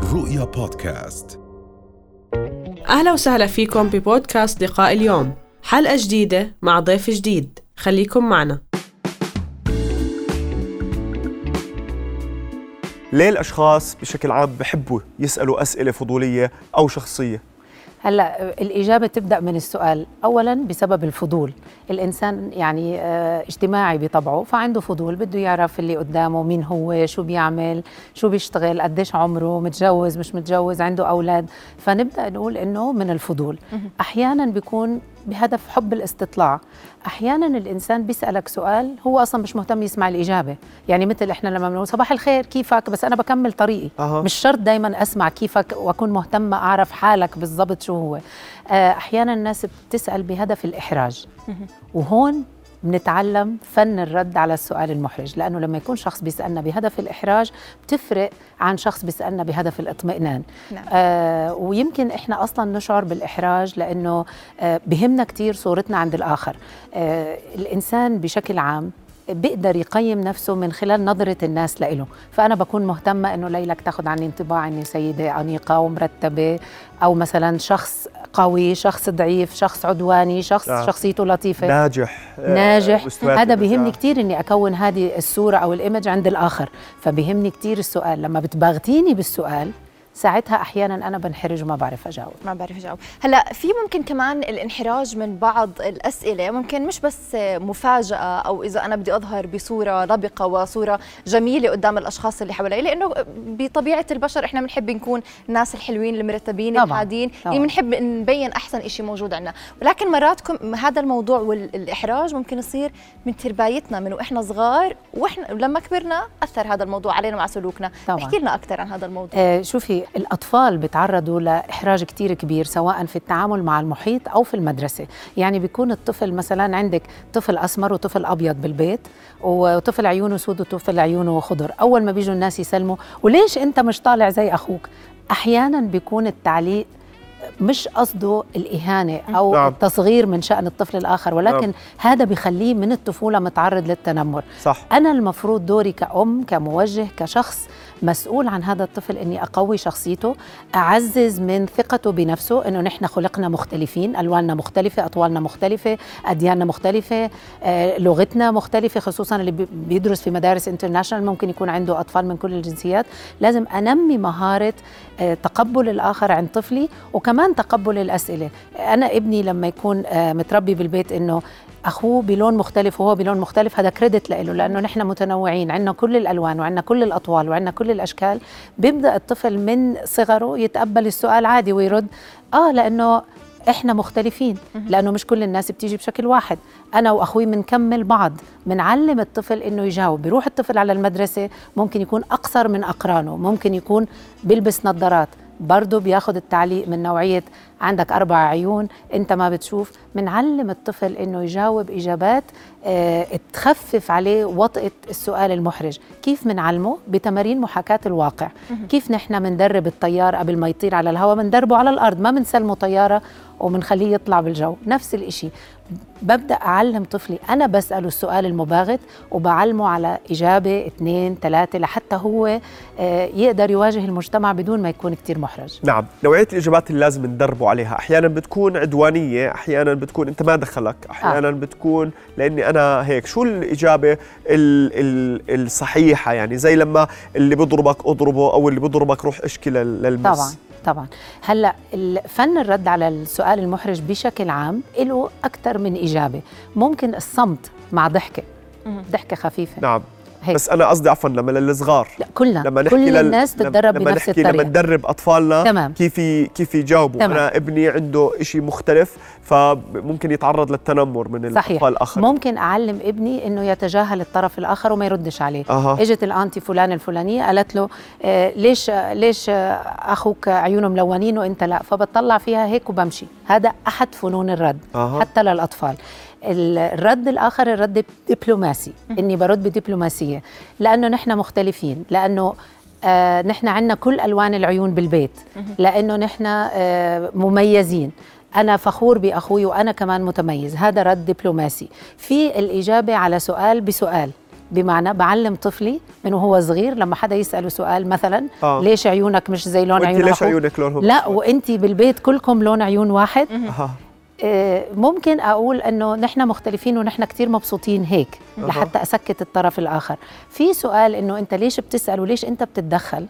رؤيا بودكاست. أهلا وسهلا فيكم ببودكاست لقاء اليوم، حلقة جديدة مع ضيف جديد، خليكم معنا. ليه الأشخاص بشكل عام بحبوا يسألوا أسئلة فضولية أو شخصية؟ هلا الإجابة تبدأ من السؤال. أولاً بسبب الفضول. الإنسان يعني اجتماعي بطبعه، فعنده فضول، بده يعرف اللي قدامه مين هو، شو بيعمل، شو بيشتغل، قديش عمره، متجوز مش متجوز، عنده أولاد. فنبدأ نقول إنه من الفضول. أحياناً بيكون بهدف حب الاستطلاع. أحياناً الإنسان بيسألك سؤال هو أصلاً مش مهتم يسمع الإجابة. يعني مثل إحنا لما بنقول صباح الخير كيفك، بس أنا بكمل طريقي. مش شرط دايماً أسمع كيفك وأكون مهتمة أعرف حالك بالضبط شو هو. أحياناً الناس بتسأل بهدف الإحراج، وهون بنتعلم فن الرد على السؤال المحرج، لأنه لما يكون شخص بيسألنا بهدف الإحراج بتفرق عن شخص بيسألنا بهدف الاطمئنان. نعم. ويمكن إحنا أصلاً نشعر بالإحراج لأنه بهمنا كتير صورتنا عند الآخر. الإنسان بشكل عام بيقدر يقيم نفسه من خلال نظرة الناس لإله. فأنا بكون مهتمة إنه ليلك تاخد عني انطباع إني سيدة أنيقة ومرتبة، أو مثلا شخص قوي، شخص ضعيف، شخص عدواني، شخص شخصيته لطيفة، ناجح. هذا بيهمني كتير إني أكون هذه الصورة أو الإيمج عند الآخر. فبيهمني كتير السؤال. لما بتباغتيني بالسؤال ساعتها أحياناً أنا بنحرج وما بعرف أجاوب. هلأ في ممكن كمان الانحراج من بعض الأسئلة، ممكن مش بس مفاجأة، أو إذا أنا بدي أظهر بصورة لبقة وصورة جميلة قدام الأشخاص اللي حوالي، لأنه بطبيعة البشر إحنا بنحب نكون الناس الحلوين المرتبين الهادين، اللي بنحب نبين أحسن إشي موجود عنا. ولكن مراتكم هذا الموضوع والإحراج ممكن يصير من تربايتنا من وإحنا صغار، وإحنا لما كبرنا أثر هذا الموضوع علينا مع سلوكنا. احكي لنا أكثر عن هذا الموضوع. شوفي، الأطفال بيتعرضوا لإحراج كتير كبير، سواء في التعامل مع المحيط أو في المدرسة. يعني بيكون الطفل مثلا عندك طفل أسمر وطفل أبيض بالبيت، وطفل عيونه سود وطفل عيونه خضر. أول ما بيجوا الناس يسلموا وليش أنت مش طالع زي أخوك، أحيانا بيكون التعليق مش قصده الإهانة أو التصغير من شأن الطفل الآخر، ولكن هذا بيخليه من الطفولة متعرض للتنمر. صح. أنا المفروض دوري كأم، كموجه، كشخص مسؤول عن هذا الطفل إني أقوي شخصيته، أعزز من ثقته بنفسه، إنه نحن خلقنا مختلفين، ألواننا مختلفة، أطوالنا مختلفة، أدياننا مختلفة، لغتنا مختلفة، خصوصاً اللي بيدرس في مدارس انترناشنال ممكن يكون عنده أطفال من كل الجنسيات. لازم أنمي مهارة تقبل الآخر عند طفلي، وكمان تقبل الأسئلة. أنا ابني لما يكون متربي بالبيت إنه أخوه بلون مختلف وهو بلون مختلف، هذا كريدت له، لأنه نحن متنوعين، عندنا كل الألوان وعندنا كل الأطوال وعندنا كل الأشكال. بيبدأ الطفل من صغره يتقبل السؤال عادي ويرد لأنه إحنا مختلفين، لأنه مش كل الناس بتيجي بشكل واحد. أنا وأخوي منكمل بعض، منعلم الطفل إنه يجاوب. بيروح الطفل على المدرسة ممكن يكون أقصر من أقرانه، ممكن يكون بيلبس نظارات، برضو بياخد التعليق من نوعية عندك 4 عيون أنت ما بتشوف. منعلم الطفل إنه يجاوب إجابات تخفف عليه وطئة السؤال المحرج. كيف منعلمه؟ بتمارين محاكاة الواقع. كيف نحن مندرب الطيار قبل ما يطير على الهواء، مندربه على الأرض، ما منسلمه طيارة ومنخليه يطلع بالجو. نفس الإشي، ببدأ أعلم طفلي، أنا بسأله السؤال المباغت وبعلمه على إجابة 2 3 لحتى هو يقدر يواجه المجتمع بدون ما يكون كتير محرج. نعم. نوعية الإجابات اللي لازم ندربه عليها أحيانا بتكون عدوانية، أحيانا بتكون أنت ما دخلك، أحيانا بتكون لأني أنا هيك. شو الإجابة الصحيحة؟ يعني زي لما اللي بضربك أضربه، أو اللي بضربك روح اشكي للمس. طبعا. هلا فن الرد على السؤال المحرج بشكل عام له أكثر من إجابة. ممكن الصمت مع ضحكة خفيفة. نعم. هيك. بس أنا قصدي عفوا لما للصغار، كلنا لما نحكي كل الناس تتدرب بنفس الطريقة. لما ندرب أطفالنا تمام. كيف يجاوبوا. تمام. أنا ابني عنده إشي مختلف، فممكن يتعرض للتنمر من الأطفال الآخرين. ممكن أعلم ابني إنه يتجاهل الطرف الآخر وما يردش عليه. إجت الأنتي فلان الفلانية قالت له ليش أخوك عيونه ملونين وإنت لا، فبطلع فيها هيك وبمشي. هذا أحد فنون الرد حتى للأطفال. الرد الآخر الرد دبلوماسي، إني برد بدبلوماسية، لأنه نحن مختلفين، لأنه نحن عندنا كل ألوان العيون بالبيت، لأنه نحن مميزين. أنا فخور بأخوي وأنا كمان متميز. هذا رد دبلوماسي. في الإجابة على سؤال بسؤال، بمعنى بعلم طفلي من وهو صغير لما حدا يسأله سؤال مثلا ليش عيونك مش زي لون عيون ليش عيونك لونهم لا وانت بالبيت كلكم لون عيون واحد. ممكن أقول أنه نحن مختلفين ونحن كتير مبسوطين هيك لحتى أسكت الطرف الآخر. في سؤال أنه أنت ليش بتسأل وليش أنت بتتدخل،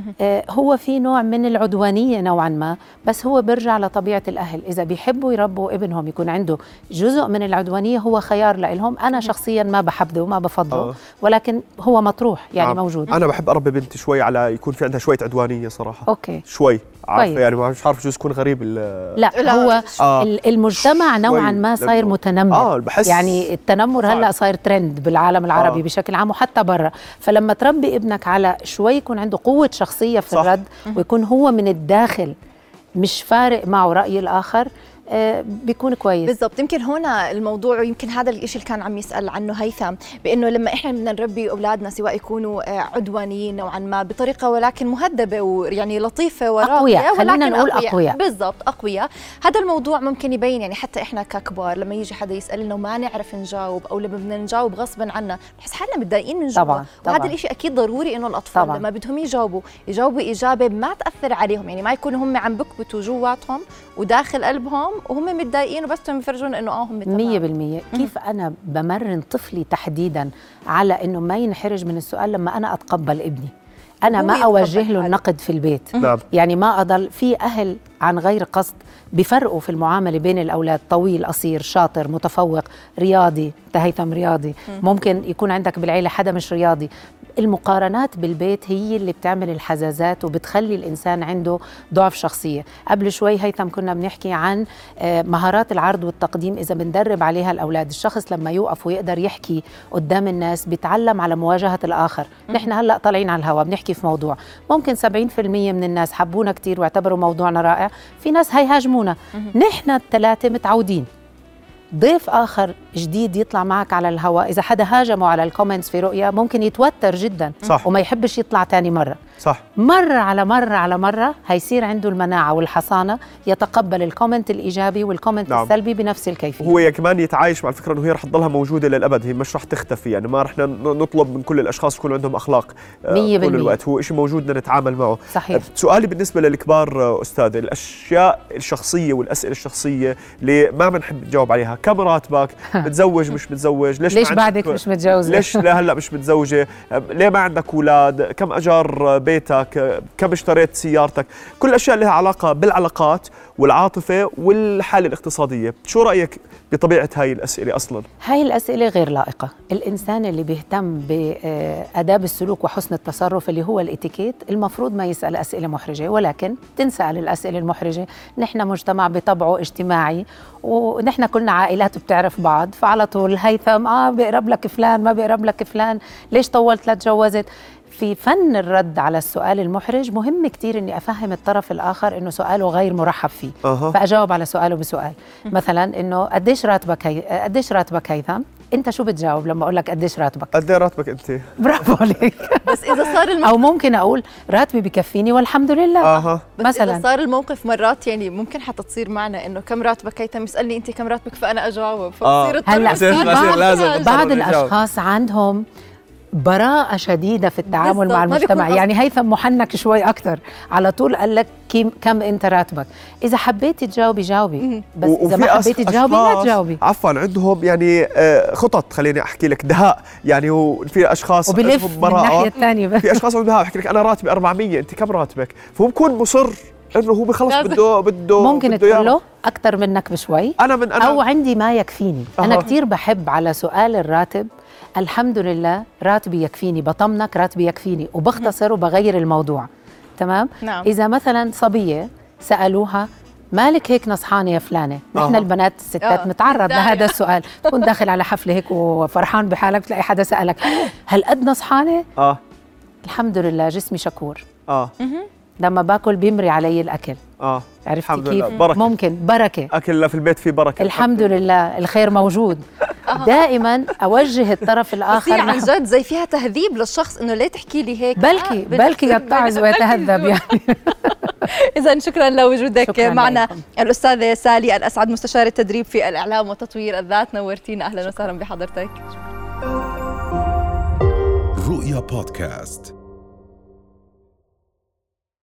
هو في نوع من العدوانية نوعا ما، بس هو برجع لطبيعة الأهل. إذا بيحبوا يربوا ابنهم يكون عنده جزء من العدوانية هو خيار لهم. أنا شخصيا ما بحبه وما بفضله ولكن هو مطروح يعني موجود. أنا بحب أربي بنتي شوي على يكون في عندها شوية عدوانية صراحة. أوكي. شوي عارفة يعني مش عارف شو يكون غريب. لا هو المجتمع نوعا ما صاير متنمر. بحس يعني التنمر هلا صاير ترند بالعالم العربي بشكل عام وحتى برا. فلما تربي ابنك على شوي يكون عنده قوة شخصية في الرد ويكون هو من الداخل مش فارق معه رأي الآخر بيكون كويس. بالضبط. يمكن هنا الموضوع ويمكن هذا الشيء اللي كان عم يسأل عنه هيثم، بانه لما احنا بدنا نربي اولادنا سواء يكونوا عدوانيين نوعا ما بطريقه ولكن مهذبه ويعني لطيفه اقوياء، خلينا نقول اقوياء. بالضبط اقوياء. هذا الموضوع ممكن يبين يعني حتى احنا ككبار لما يجي حدا يسال لنا وما نعرف نجاوب او لما بدنا نجاوب غصبا عنا بنحس حالنا متضايقين من جوا. وهذا الشيء اكيد ضروري انه الاطفال لما بدهم يجاوبوا اجابه ما تاثر عليهم، يعني ما يكونوا هم عم بكبتوا جواتهم وداخل قلبهم وهم متضايقين وبس يفرجون انه هم تمام. 100%. كيف انا بمرن طفلي تحديدا على انه ما ينحرج من السؤال لما انا اتقبل ابني، انا ما اوجه له النقد في البيت. يعني ما اضل في اهل عن غير قصد بيفرقوا في المعامله بين الاولاد، طويل قصير شاطر متفوق رياضي، هيثم رياضي، ممكن يكون عندك بالعيله حدا مش رياضي. المقارنات بالبيت هي اللي بتعمل الحزازات وبتخلي الإنسان عنده ضعف شخصية. قبل شوي هيثم كنا بنحكي عن مهارات العرض والتقديم، إذا بندرب عليها الأولاد، الشخص لما يوقف ويقدر يحكي قدام الناس بيتعلم على مواجهة الآخر. نحن هلأ طالعين على الهواء بنحكي في موضوع ممكن 70% من الناس حبونا كتير واعتبروا موضوعنا رائع، في ناس هيهاجمونا. نحن الثلاثة متعودين ضيف آخر جديد يطلع معك على الهواء، إذا حدا هاجمه على الكومنتس في رؤية ممكن يتوتر جدا. صح. وما يحبش يطلع تاني مرة. صح. مرة على مرة على مرة هيصير عنده المناعة والحصانة يتقبل الكومنت الإيجابي والكومنت السلبي بنفس الكيفية. هو كمان يتعايش مع الفكرة أنه هي رح تضلها موجودة للأبد، هي مش رح تختفي. يعني ما رح نطلب من كل الأشخاص يكون عندهم أخلاق طول الوقت، هو إشي موجود بدنا نتعامل معه. صحيح. سؤالي بالنسبة للكبار أستاذ، الأشياء الشخصية والأسئلة الشخصية اللي ما بنحب نجاوب عليها، كم راتبك؟ متزوج مش متزوج؟ ليش بعدك مش متجوزة؟ ليش هلا مش متزوجة؟ ليه ما عندك أولاد؟ كم أجار بيتك؟ كم اشتريت سيارتك؟ كل الأشياء لها علاقة بالعلاقات والعاطفة والحالة الاقتصادية. شو رأيك بطبيعة هاي الأسئلة أصلاً؟ هاي الأسئلة غير لائقة. الإنسان اللي بيهتم بآداب السلوك وحسن التصرف اللي هو الاتيكيت المفروض ما يسأل أسئلة محرجة، ولكن تنسأل الأسئلة المحرجة. نحن مجتمع بطبعه اجتماعي ونحن كلنا عائلات بتعرف بعض، فعلى طول هيثم بيقرب لك فلان، ما بيقرب لك فلان، ليش طولت لا تجوزت. في فن الرد على السؤال المحرج مهم كتير إني أفهم الطرف الآخر إنه سؤاله غير مرحب فيه. فأجاوب على سؤاله بسؤال مثلا إنه قديش راتبك هيثم؟ أنت شو بتجاوب لما أقول لك قديش راتبك؟ قد ايه راتبك أنت؟ برافو عليك. بس إذا صار أو ممكن أقول راتبي بكفيني والحمد لله. بس مثلا إذا صار الموقف مرات يعني ممكن حتى تصير معنا إنه كم راتبك هيثم، يسألني أنت كم راتبك فأنا أجاوب، فبصير هلا بعض الأشخاص عندهم براءة شديدة في التعامل مع المجتمع. يعني هيثم محنك شوي أكتر، على طول قال لك كم أنت راتبك. إذا حبيتي تجاوبي جاوبي، بس إذا ما حبيتي تجاوبي لا تجاوبي. عفوا عندهم يعني خطط، خليني أحكي لك دهاء يعني. وفي أشخاص وبلف من الناحية الثانية في أشخاص عندهم دهاء، بحكي لك أنا راتبي 400، أنت كم راتبك؟ فهو بكون مصر إنه هو بخلص بده ممكن تقول له أكتر منك بشوي أنا أو عندي ما يكفيني. أنا كتير بحب على سؤال الراتب الحمد لله راتبي يكفيني، بطمنك راتبي يكفيني، وبختصر وبغير الموضوع. تمام؟ نعم. إذا مثلا صبية سألوها مالك هيك نصحانة يا فلانة، نحن البنات الستات نتعرض لهذا السؤال. تكون داخل على حفلة هيك وفرحان بحالك بتلاقي حدا سألك هل قد نصحانة؟ الحمد لله جسمي شكور. لما باكل بيمري علي الأكل. عرفتي كيف؟ بركة. ممكن بركة، أكل في البيت في بركة الحمد لله، الخير موجود. دائما أوجه الطرف الآخر عن جد زي فيها تهذيب للشخص إنه ليه تحكي لي هيك، بلكي يتعظ ويتهذب يعني. إذا شكرا لوجودك معنا الأستاذة سالي الأسعد، مستشار التدريب في الإعلام وتطوير الذات، نورتينا، أهلا وسهلا بحضرتك. رؤيا بودكاست.